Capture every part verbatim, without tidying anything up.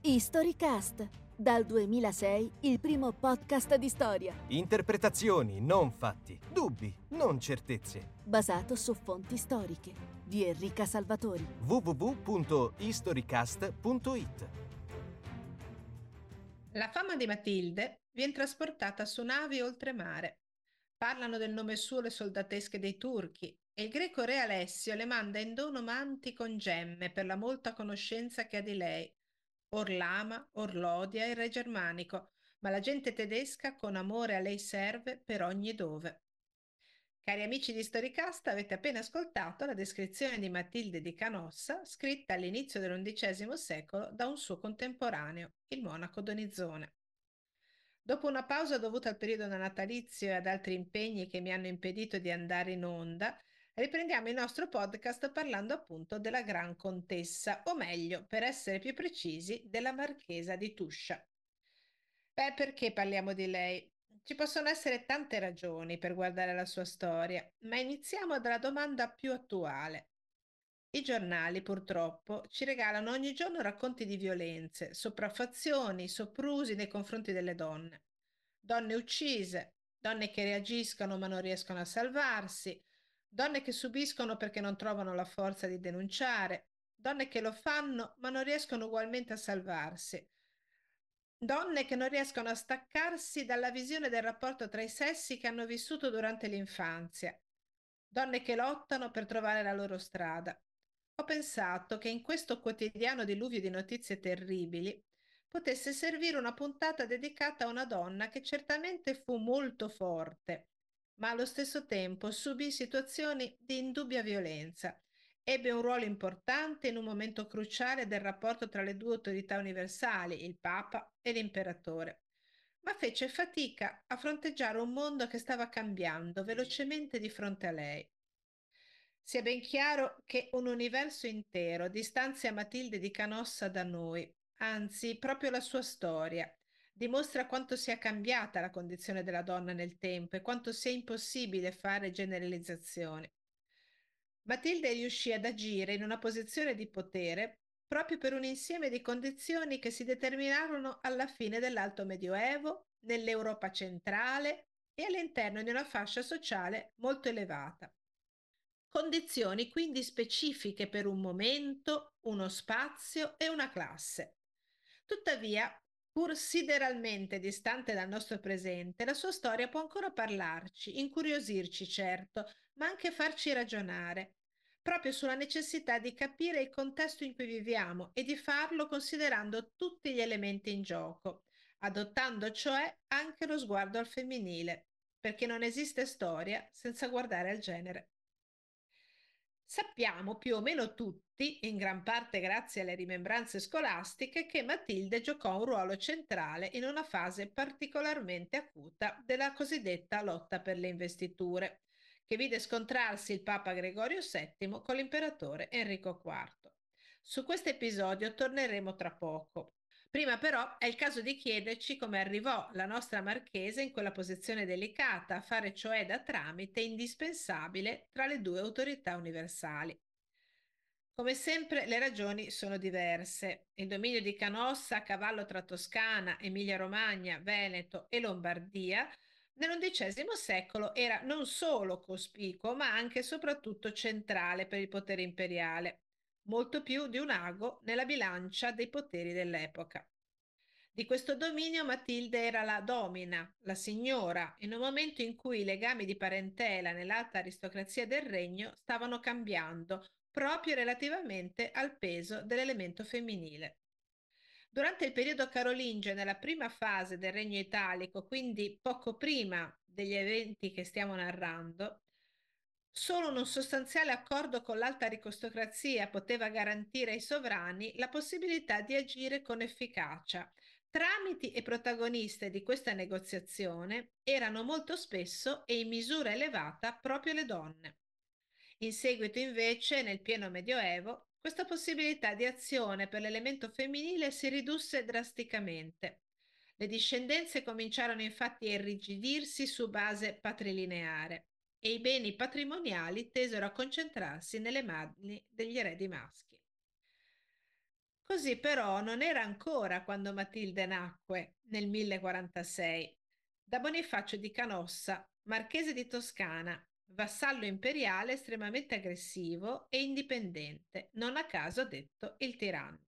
Historycast, dal duemilasei il primo podcast di storia. Interpretazioni, non fatti. Dubbi, non certezze. Basato su fonti storiche. Di Enrica Salvatori. w w w punto historycast punto i t. La fama di Matilde viene trasportata su navi oltremare. Parlano del nome suo le soldatesche dei turchi e il greco re Alessio le manda in dono manti con gemme per la molta conoscenza che ha di lei. Or l'ama, or l'odia il re germanico, ma la gente tedesca con amore a lei serve per ogni dove. Cari amici di Storycast, avete appena ascoltato la descrizione di Matilde di Canossa, scritta all'inizio dell'undicesimo secolo da un suo contemporaneo, il monaco Donizzone. Dopo una pausa dovuta al periodo natalizio e ad altri impegni che mi hanno impedito di andare in onda, riprendiamo il nostro podcast parlando appunto della Gran Contessa, o meglio, per essere più precisi, della Marchesa di Tuscia. Beh, perché parliamo di lei? Ci possono essere tante ragioni per guardare la sua storia, ma iniziamo dalla domanda più attuale. I giornali, purtroppo, ci regalano ogni giorno racconti di violenze, sopraffazioni, soprusi nei confronti delle donne. Donne uccise, donne che reagiscono ma non riescono a salvarsi, donne che subiscono perché non trovano la forza di denunciare, donne che lo fanno ma non riescono ugualmente a salvarsi. Donne che non riescono a staccarsi dalla visione del rapporto tra i sessi che hanno vissuto durante l'infanzia. Donne che lottano per trovare la loro strada. Ho pensato che in questo quotidiano diluvio di notizie terribili potesse servire una puntata dedicata a una donna che certamente fu molto forte, ma allo stesso tempo subì situazioni di indubbia violenza. Ebbe un ruolo importante in un momento cruciale del rapporto tra le due autorità universali, il Papa e l'Imperatore, ma fece fatica a fronteggiare un mondo che stava cambiando velocemente di fronte a lei. Sia ben chiaro che un universo intero distanzia Matilde di Canossa da noi, anzi, proprio la sua storia dimostra quanto sia cambiata la condizione della donna nel tempo e quanto sia impossibile fare generalizzazioni. Matilde riuscì ad agire in una posizione di potere proprio per un insieme di condizioni che si determinarono alla fine dell'Alto Medioevo, nell'Europa centrale e all'interno di una fascia sociale molto elevata. Condizioni quindi specifiche per un momento, uno spazio e una classe. Tuttavia, pur sideralmente distante dal nostro presente, la sua storia può ancora parlarci, incuriosirci certo, ma anche farci ragionare, proprio sulla necessità di capire il contesto in cui viviamo e di farlo considerando tutti gli elementi in gioco, adottando cioè anche lo sguardo al femminile, perché non esiste storia senza guardare al genere. Sappiamo più o meno tutti, in gran parte grazie alle rimembranze scolastiche, che Matilde giocò un ruolo centrale in una fase particolarmente acuta della cosiddetta lotta per le investiture, che vide scontrarsi il Papa Gregorio settimo con l'imperatore Enrico quarto. Su questo episodio torneremo tra poco. Prima però è il caso di chiederci come arrivò la nostra marchesa in quella posizione delicata, a fare cioè da tramite indispensabile tra le due autorità universali. Come sempre le ragioni sono diverse. Il dominio di Canossa a cavallo tra Toscana, Emilia-Romagna, Veneto e Lombardia nell'undicesimo secolo era non solo cospicuo ma anche e soprattutto centrale per il potere imperiale, molto più di un ago nella bilancia dei poteri dell'epoca. Di questo dominio Matilde era la domina, la signora, in un momento in cui i legami di parentela nell'alta aristocrazia del regno stavano cambiando, proprio relativamente al peso dell'elemento femminile. Durante il periodo carolingio, nella prima fase del regno italico, quindi poco prima degli eventi che stiamo narrando, solo un sostanziale accordo con l'alta aristocrazia poteva garantire ai sovrani la possibilità di agire con efficacia. Tramiti e protagoniste di questa negoziazione erano molto spesso e in misura elevata proprio le donne. In seguito, invece, nel pieno Medioevo, questa possibilità di azione per l'elemento femminile si ridusse drasticamente. Le discendenze cominciarono infatti a irrigidirsi su base patrilineare e i beni patrimoniali tesero a concentrarsi nelle mani degli eredi maschi. Così però non era ancora quando Matilde nacque nel millequarantasei, da Bonifacio di Canossa, marchese di Toscana, vassallo imperiale estremamente aggressivo e indipendente, non a caso detto il tiranno.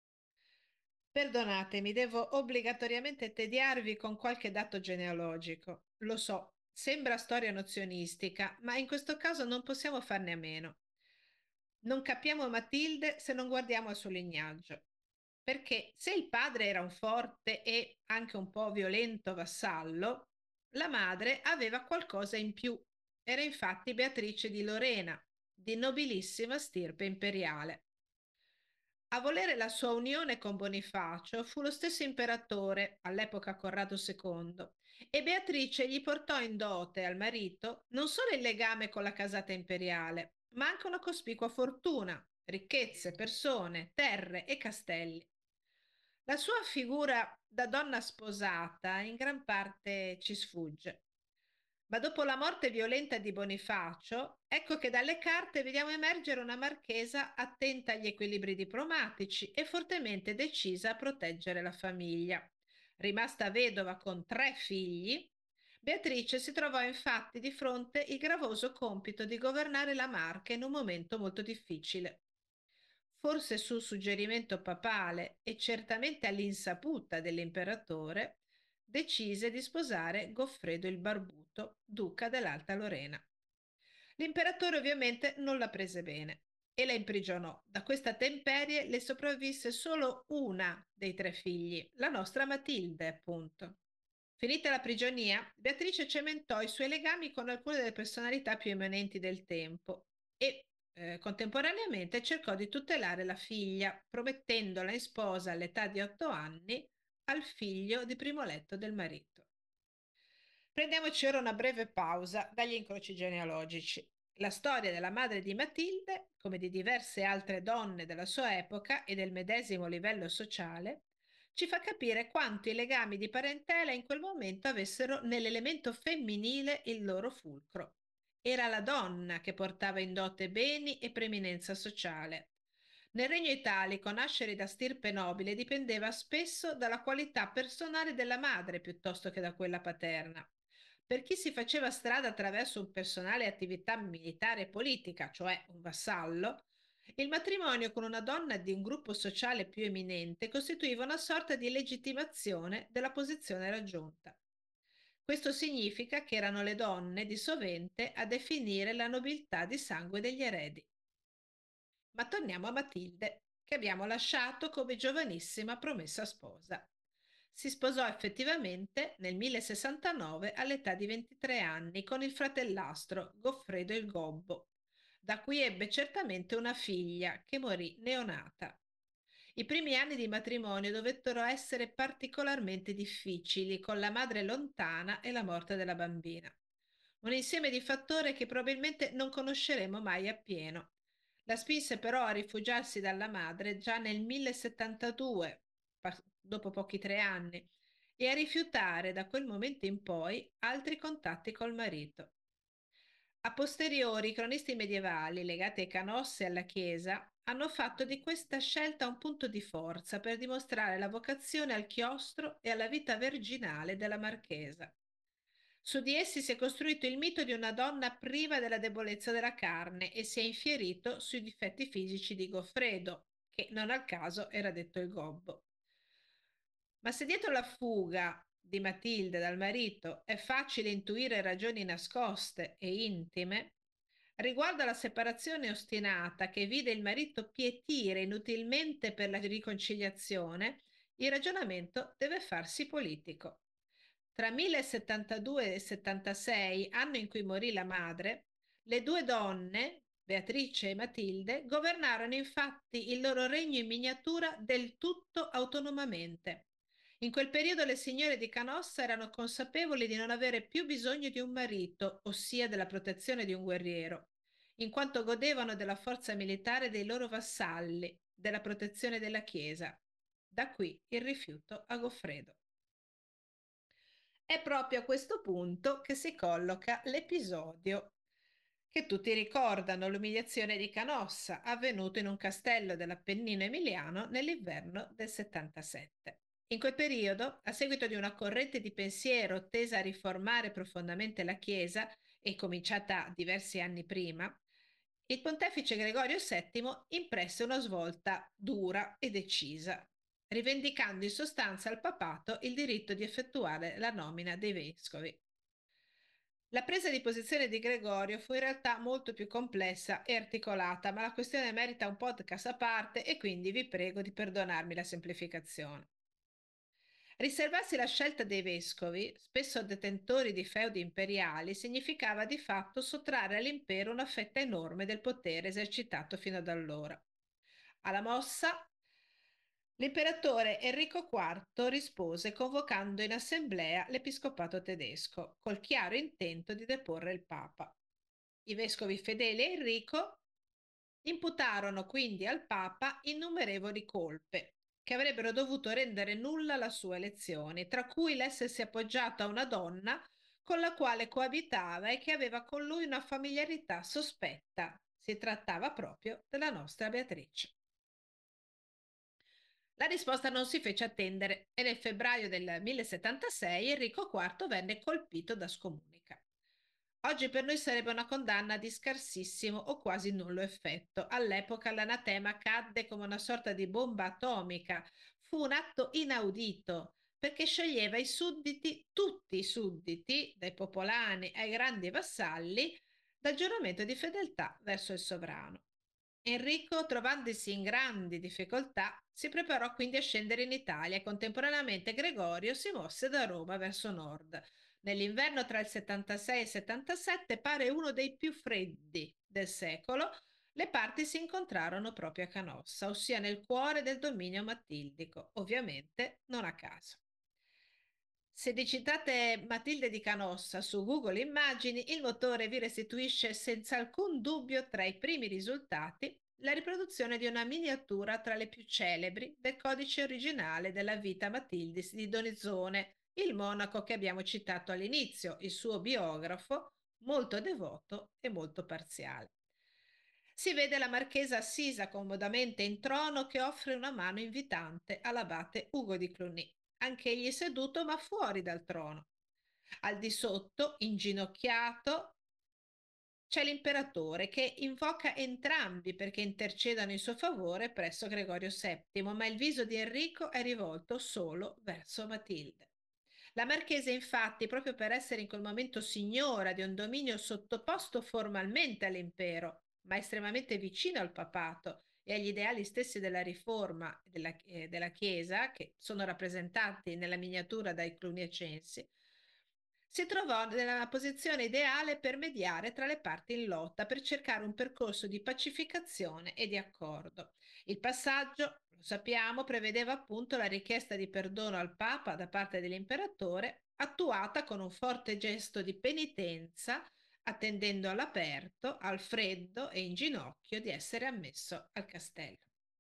Perdonatemi, devo obbligatoriamente tediarvi con qualche dato genealogico. Lo so, sembra storia nozionistica, ma in questo caso non possiamo farne a meno. Non capiamo Matilde se non guardiamo al suo lignaggio. Perché se il padre era un forte e anche un po' violento vassallo, la madre aveva qualcosa in più. Era infatti Beatrice di Lorena, di nobilissima stirpe imperiale. A volere la sua unione con Bonifacio fu lo stesso imperatore, all'epoca Corrado secondo, e Beatrice gli portò in dote al marito non solo il legame con la casata imperiale, ma anche una cospicua fortuna, ricchezze, persone, terre e castelli. La sua figura da donna sposata in gran parte ci sfugge. Ma dopo la morte violenta di Bonifacio, ecco che dalle carte vediamo emergere una marchesa attenta agli equilibri diplomatici e fortemente decisa a proteggere la famiglia. Rimasta vedova con tre figli, Beatrice si trovò infatti di fronte il gravoso compito di governare la Marca in un momento molto difficile. Forse su suggerimento papale e certamente all'insaputa dell'imperatore, decise di sposare Goffredo il Barbuto, duca dell'Alta Lorena. L'imperatore ovviamente non la prese bene e la imprigionò. Da questa temperie le sopravvisse solo una dei tre figli, la nostra Matilde, appunto. Finita la prigionia, Beatrice cementò i suoi legami con alcune delle personalità più eminenti del tempo e eh, contemporaneamente cercò di tutelare la figlia, promettendola in sposa all'età di otto anni al figlio di primo letto del marito. Prendiamoci ora una breve pausa dagli incroci genealogici. La storia della madre di Matilde, come di diverse altre donne della sua epoca e del medesimo livello sociale, ci fa capire quanto i legami di parentela in quel momento avessero nell'elemento femminile il loro fulcro. Era la donna che portava in dote beni e preeminenza sociale. Nel regno italico nascere da stirpe nobile dipendeva spesso dalla qualità personale della madre piuttosto che da quella paterna. Per chi si faceva strada attraverso un personale attività militare e politica, cioè un vassallo, il matrimonio con una donna di un gruppo sociale più eminente costituiva una sorta di legittimazione della posizione raggiunta. Questo significa che erano le donne di sovente a definire la nobiltà di sangue degli eredi. Ma torniamo a Matilde, che abbiamo lasciato come giovanissima promessa sposa. Si sposò effettivamente nel millesessantanove all'età di ventitré anni con il fratellastro Goffredo il Gobbo, da cui ebbe certamente una figlia che morì neonata. I primi anni di matrimonio dovettero essere particolarmente difficili, con la madre lontana e la morte della bambina. Un insieme di fattori che probabilmente non conosceremo mai appieno. La spinse però a rifugiarsi dalla madre già nel millesettantadue, dopo pochi tre anni, e a rifiutare da quel momento in poi altri contatti col marito. A posteriori, i cronisti medievali legati ai Canosse e alla Chiesa hanno fatto di questa scelta un punto di forza per dimostrare la vocazione al chiostro e alla vita virginale della marchesa. Su di essi si è costruito il mito di una donna priva della debolezza della carne e si è infierito sui difetti fisici di Goffredo, che non al caso era detto il gobbo. Ma se dietro la fuga di Matilde dal marito è facile intuire ragioni nascoste e intime, riguardo alla separazione ostinata che vide il marito pietire inutilmente per la riconciliazione, il ragionamento deve farsi politico. Tra millesettantadue e settantasei, anno in cui morì la madre, le due donne, Beatrice e Matilde, governarono infatti il loro regno in miniatura del tutto autonomamente. In quel periodo le signore di Canossa erano consapevoli di non avere più bisogno di un marito, ossia della protezione di un guerriero, in quanto godevano della forza militare dei loro vassalli, della protezione della Chiesa. Da qui il rifiuto a Goffredo. È proprio a questo punto che si colloca l'episodio che tutti ricordano l'umiliazione di Canossa, avvenuto in un castello dell'Appennino emiliano nell'inverno del settantasette. In quel periodo, a seguito di una corrente di pensiero tesa a riformare profondamente la Chiesa e cominciata diversi anni prima, il pontefice Gregorio settimo impresse una svolta dura e decisa, rivendicando in sostanza al papato il diritto di effettuare la nomina dei vescovi. La presa di posizione di Gregorio fu in realtà molto più complessa e articolata, ma la questione merita un podcast a parte e quindi vi prego di perdonarmi la semplificazione. Riservarsi la scelta dei vescovi, spesso detentori di feudi imperiali, significava di fatto sottrarre all'impero una fetta enorme del potere esercitato fino ad allora. Alla mossa, l'imperatore Enrico quarto rispose convocando in assemblea l'episcopato tedesco, col chiaro intento di deporre il papa. I vescovi fedeli a Enrico imputarono quindi al papa innumerevoli colpe, che avrebbero dovuto rendere nulla la sua elezione, tra cui l'essersi appoggiato a una donna con la quale coabitava e che aveva con lui una familiarità sospetta. Si trattava proprio della nostra Beatrice. La risposta non si fece attendere e nel febbraio del millesettantasei Enrico quarto venne colpito da scomunica. Oggi per noi sarebbe una condanna di scarsissimo o quasi nullo effetto. All'epoca l'anatema cadde come una sorta di bomba atomica. Fu un atto inaudito perché scioglieva i sudditi, tutti i sudditi, dai popolani ai grandi vassalli, dal giuramento di fedeltà verso il sovrano. Enrico, trovandosi in grandi difficoltà, si preparò quindi a scendere in Italia e contemporaneamente Gregorio si mosse da Roma verso nord. Nell'inverno tra il settantasei e il settantasette pare uno dei più freddi del secolo, le parti si incontrarono proprio a Canossa, ossia nel cuore del dominio matildico, ovviamente non a caso. Se digitate Matilde di Canossa su Google Immagini, il motore vi restituisce senza alcun dubbio tra i primi risultati la riproduzione di una miniatura tra le più celebri del codice originale della vita Matildis di Donizone, il monaco che abbiamo citato all'inizio, il suo biografo, molto devoto e molto parziale. Si vede la marchesa assisa comodamente in trono che offre una mano invitante all'abate Ugo di Cluny, anch'egli seduto ma fuori dal trono. Al di sotto, inginocchiato, c'è l'imperatore che invoca entrambi perché intercedano in suo favore presso Gregorio settimo, ma il viso di Enrico è rivolto solo verso Matilde. La marchesa, infatti, proprio per essere in quel momento signora di un dominio sottoposto formalmente all'impero, ma estremamente vicino al papato e agli ideali stessi della riforma della, eh, della Chiesa, che sono rappresentati nella miniatura dai cluniacensi, si trovò nella posizione ideale per mediare tra le parti in lotta, per cercare un percorso di pacificazione e di accordo. Il passaggio, lo sappiamo, prevedeva appunto la richiesta di perdono al Papa da parte dell'imperatore, attuata con un forte gesto di penitenza, attendendo all'aperto, al freddo e in ginocchio di essere ammesso al castello.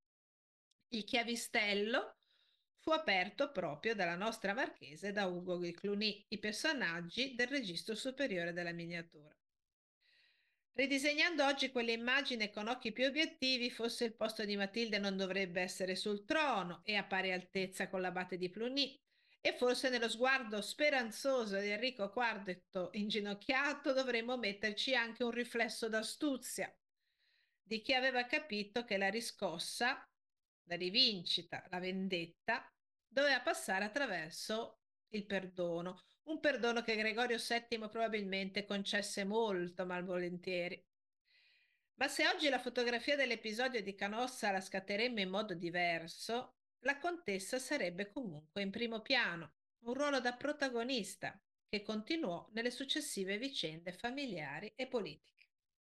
Il chiavistello fu aperto proprio dalla nostra marchese da Ugo di Cluny, i personaggi del registro superiore della miniatura. Ridisegnando oggi quell'immagine con occhi più obiettivi, forse il posto di Matilde non dovrebbe essere sul trono e a pari altezza con l'abate di Cluny, e forse nello sguardo speranzoso di Enrico quarto inginocchiato dovremmo metterci anche un riflesso d'astuzia di chi aveva capito che la riscossa, la rivincita, la vendetta doveva passare attraverso il perdono, un perdono che Gregorio settimo probabilmente concesse molto malvolentieri. Ma se oggi la fotografia dell'episodio di Canossa la scatteremmo in modo diverso, la contessa sarebbe comunque in primo piano, un ruolo da protagonista che continuò nelle successive vicende familiari e politiche.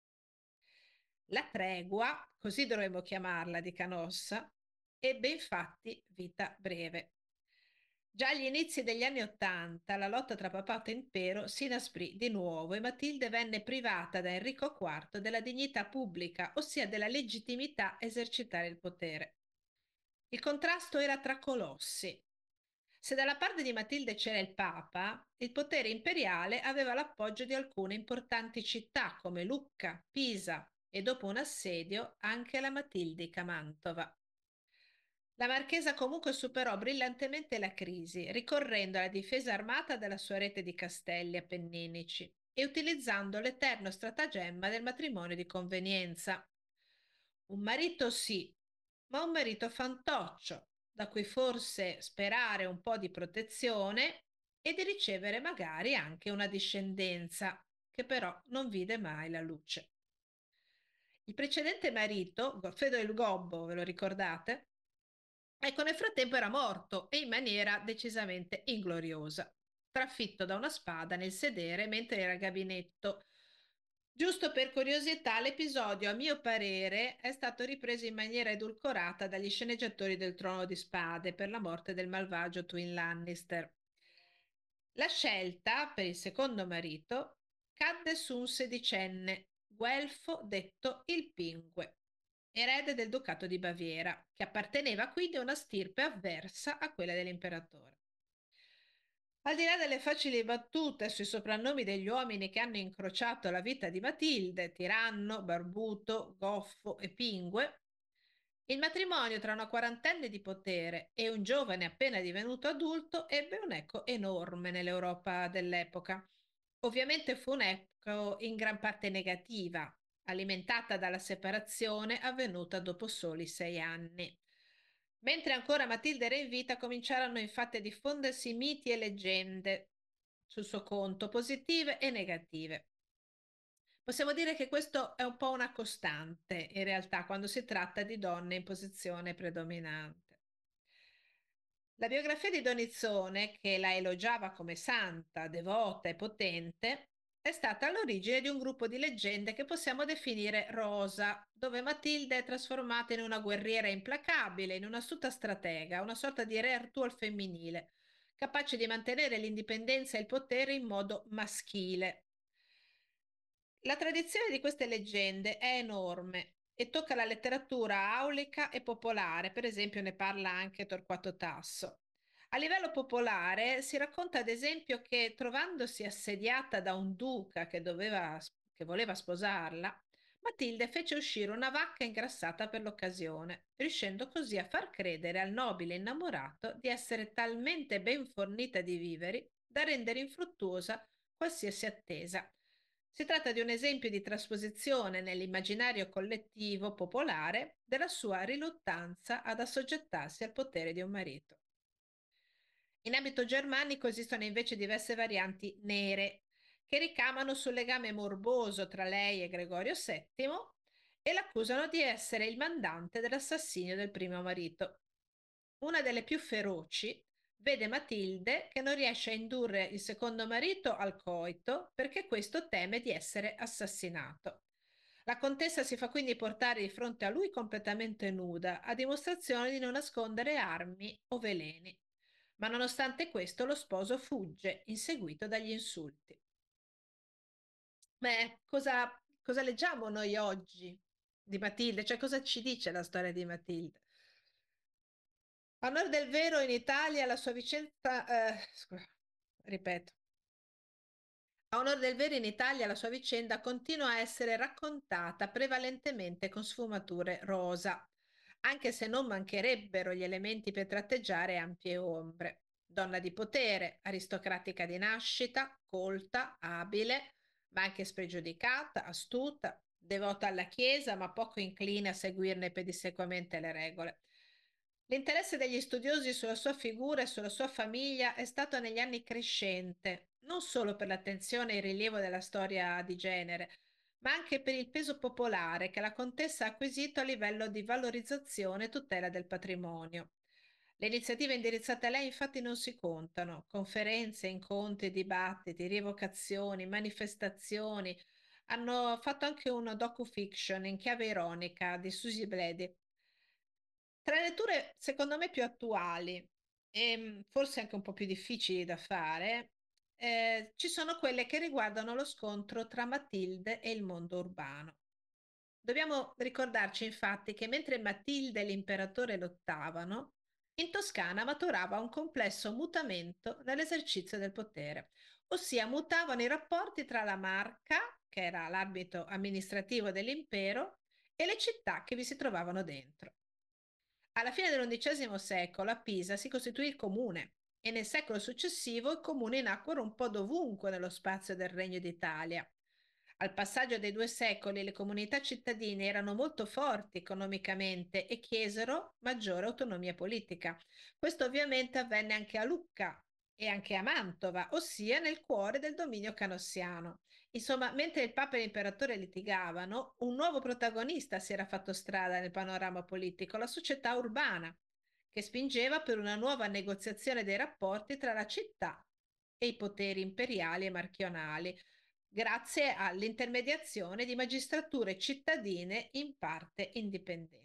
La tregua, così dovremmo chiamarla, di Canossa, ebbe infatti vita breve. Già agli inizi degli anni Ottanta la lotta tra papato e impero si inasprì di nuovo e Matilde venne privata da Enrico quarto della dignità pubblica, ossia della legittimità a esercitare il potere. Il contrasto era tra colossi. Se dalla parte di Matilde c'era il Papa, il potere imperiale aveva l'appoggio di alcune importanti città come Lucca, Pisa e dopo un assedio anche la Matildica Mantova. La marchesa comunque superò brillantemente la crisi, ricorrendo alla difesa armata della sua rete di castelli appenninici e utilizzando l'eterno stratagemma del matrimonio di convenienza. Un marito sì, ma un marito fantoccio, da cui forse sperare un po' di protezione e di ricevere magari anche una discendenza, che però non vide mai la luce. Il precedente marito, Goffredo il Gobbo, ve lo ricordate? Ecco, nel frattempo era morto e in maniera decisamente ingloriosa, trafitto da una spada nel sedere mentre era a gabinetto. Giusto per curiosità, l'episodio, a mio parere, è stato ripreso in maniera edulcorata dagli sceneggiatori del Trono di Spade per la morte del malvagio Twin Lannister. La scelta per il secondo marito cadde su un sedicenne, guelfo detto il Pingue, erede del Ducato di Baviera, che apparteneva quindi a una stirpe avversa a quella dell'imperatore. Al di là delle facili battute sui soprannomi degli uomini che hanno incrociato la vita di Matilde, tiranno, barbuto, goffo e pingue, il matrimonio tra una quarantenne di potere e un giovane appena divenuto adulto ebbe un eco enorme nell'Europa dell'epoca. Ovviamente fu un eco in gran parte negativa, alimentata dalla separazione avvenuta dopo soli sei anni. Mentre ancora Matilde era in vita, cominciarono infatti a diffondersi miti e leggende sul suo conto, positive e negative. Possiamo dire che questo è un po' una costante, in realtà, quando si tratta di donne in posizione predominante. La biografia di Donizzone, che la elogiava come santa, devota e potente, è stata all'origine di un gruppo di leggende che possiamo definire rosa, dove Matilde è trasformata in una guerriera implacabile, in un'astuta stratega, una sorta di re Artù al femminile, capace di mantenere l'indipendenza e il potere in modo maschile. La tradizione di queste leggende è enorme e tocca la letteratura aulica e popolare, per esempio ne parla anche Torquato Tasso. A livello popolare si racconta ad esempio che trovandosi assediata da un duca che, doveva, che voleva sposarla, Matilde fece uscire una vacca ingrassata per l'occasione, riuscendo così a far credere al nobile innamorato di essere talmente ben fornita di viveri da rendere infruttuosa qualsiasi attesa. Si tratta di un esempio di trasposizione nell'immaginario collettivo popolare della sua riluttanza ad assoggettarsi al potere di un marito. In ambito germanico esistono invece diverse varianti nere che ricamano sul legame morboso tra lei e Gregorio settimo e l'accusano di essere il mandante dell'assassinio del primo marito. Una delle più feroci vede Matilde che non riesce a indurre il secondo marito al coito perché questo teme di essere assassinato. La contessa si fa quindi portare di fronte a lui completamente nuda, a dimostrazione di non nascondere armi o veleni. Ma nonostante questo lo sposo fugge, inseguito dagli insulti. Beh, cosa, cosa leggiamo noi oggi di Matilde? Cioè, cosa ci dice la storia di Matilde? A onor del vero, in Italia la sua vicenda, eh, scusa, ripeto, a onor del vero in Italia la sua vicenda continua a essere raccontata prevalentemente con sfumature rosa, anche se non mancherebbero gli elementi per tratteggiare ampie ombre. Donna di potere, aristocratica di nascita, colta, abile, ma anche spregiudicata, astuta, devota alla Chiesa, ma poco incline a seguirne pedissequamente le regole. L'interesse degli studiosi sulla sua figura e sulla sua famiglia è stato negli anni crescente, non solo per l'attenzione e il rilievo della storia di genere, ma anche per il peso popolare che la contessa ha acquisito a livello di valorizzazione e tutela del patrimonio. Le iniziative indirizzate a lei infatti non si contano: conferenze, incontri, dibattiti, rievocazioni, manifestazioni. Hanno fatto anche un docu-fiction in chiave ironica di Susie Bledi. Tra le letture, secondo me, più attuali e mh, forse anche un po' più difficili da fare, eh, ci sono quelle che riguardano lo scontro tra Matilde e il mondo urbano. Dobbiamo ricordarci infatti che mentre Matilde e l'imperatore lottavano, in Toscana maturava un complesso mutamento nell'esercizio del potere, ossia mutavano i rapporti tra la Marca, che era l'arbitro amministrativo dell'impero, e le città che vi si trovavano dentro. Alla fine dell'undicesimo secolo a Pisa si costituì il comune e nel secolo successivo i comuni nacquero un po' dovunque nello spazio del Regno d'Italia. Al passaggio dei due secoli le comunità cittadine erano molto forti economicamente e chiesero maggiore autonomia politica. Questo ovviamente avvenne anche a Lucca e anche a Mantova, ossia nel cuore del dominio canossiano. Insomma, mentre il Papa e l'imperatore litigavano, un nuovo protagonista si era fatto strada nel panorama politico, la società urbana, che spingeva per una nuova negoziazione dei rapporti tra la città e i poteri imperiali e marchionali, grazie all'intermediazione di magistrature cittadine in parte indipendenti.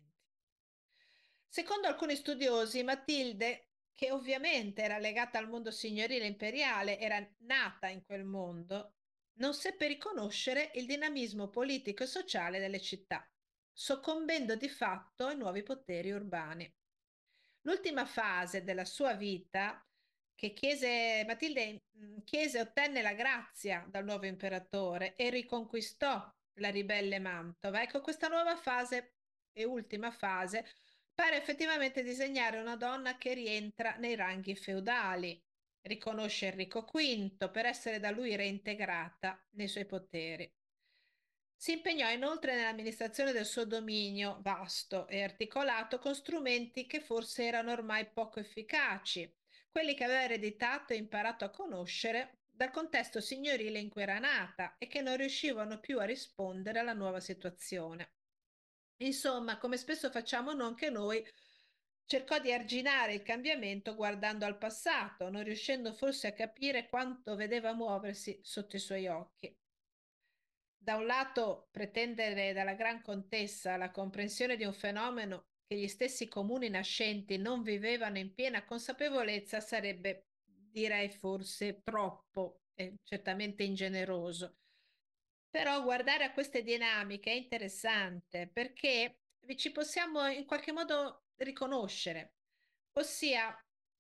Secondo alcuni studiosi, Matilde, che ovviamente era legata al mondo signorile imperiale, era nata in quel mondo, non seppe riconoscere il dinamismo politico e sociale delle città, soccombendo di fatto ai nuovi poteri urbani. L'ultima fase della sua vita, che chiese, Matilde chiese e ottenne la grazia dal nuovo imperatore e riconquistò la ribelle Mantova. Ecco, questa nuova fase e ultima fase pare effettivamente disegnare una donna che rientra nei ranghi feudali, riconosce Enrico quinto per essere da lui reintegrata nei suoi poteri. Si impegnò inoltre nell'amministrazione del suo dominio vasto e articolato con strumenti che forse erano ormai poco efficaci, quelli che aveva ereditato e imparato a conoscere dal contesto signorile in cui era nata e che non riuscivano più a rispondere alla nuova situazione. Insomma, come spesso facciamo noi, anche noi, cercò di arginare il cambiamento guardando al passato, non riuscendo forse a capire quanto vedeva muoversi sotto i suoi occhi. Da un lato, pretendere dalla Gran Contessa la comprensione di un fenomeno che gli stessi comuni nascenti non vivevano in piena consapevolezza sarebbe, direi forse, troppo e certamente ingeneroso. Però guardare a queste dinamiche è interessante perché ci possiamo in qualche modo riconoscere, ossia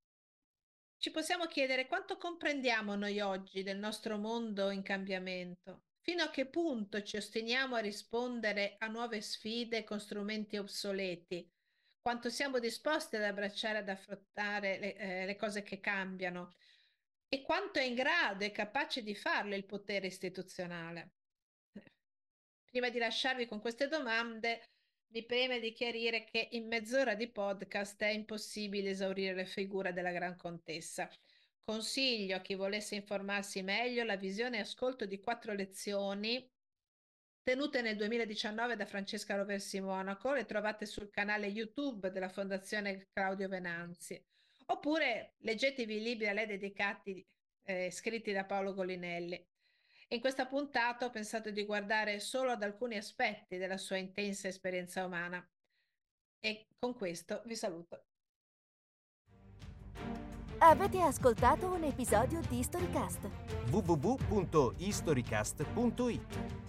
ci possiamo chiedere quanto comprendiamo noi oggi del nostro mondo in cambiamento, fino a che punto ci ostiniamo a rispondere a nuove sfide con strumenti obsoleti, quanto siamo disposti ad abbracciare, ad affrontare le, eh, le cose che cambiano e quanto è in grado e capace di farlo il potere istituzionale. Prima di lasciarvi con queste domande, mi preme di chiarire che in mezz'ora di podcast è impossibile esaurire la figura della Gran Contessa. Consiglio a chi volesse informarsi meglio la visione e ascolto di quattro lezioni tenute nel duemiladiciannove da Francesca Roversi Monaco, le trovate sul canale YouTube della Fondazione Claudio Venanzi. Oppure leggetevi i libri a lei dedicati, eh, scritti da Paolo Golinelli. In questa puntata ho pensato di guardare solo ad alcuni aspetti della sua intensa esperienza umana. E con questo vi saluto. Avete ascoltato un episodio di Historycast. w w w punto historycast punto i t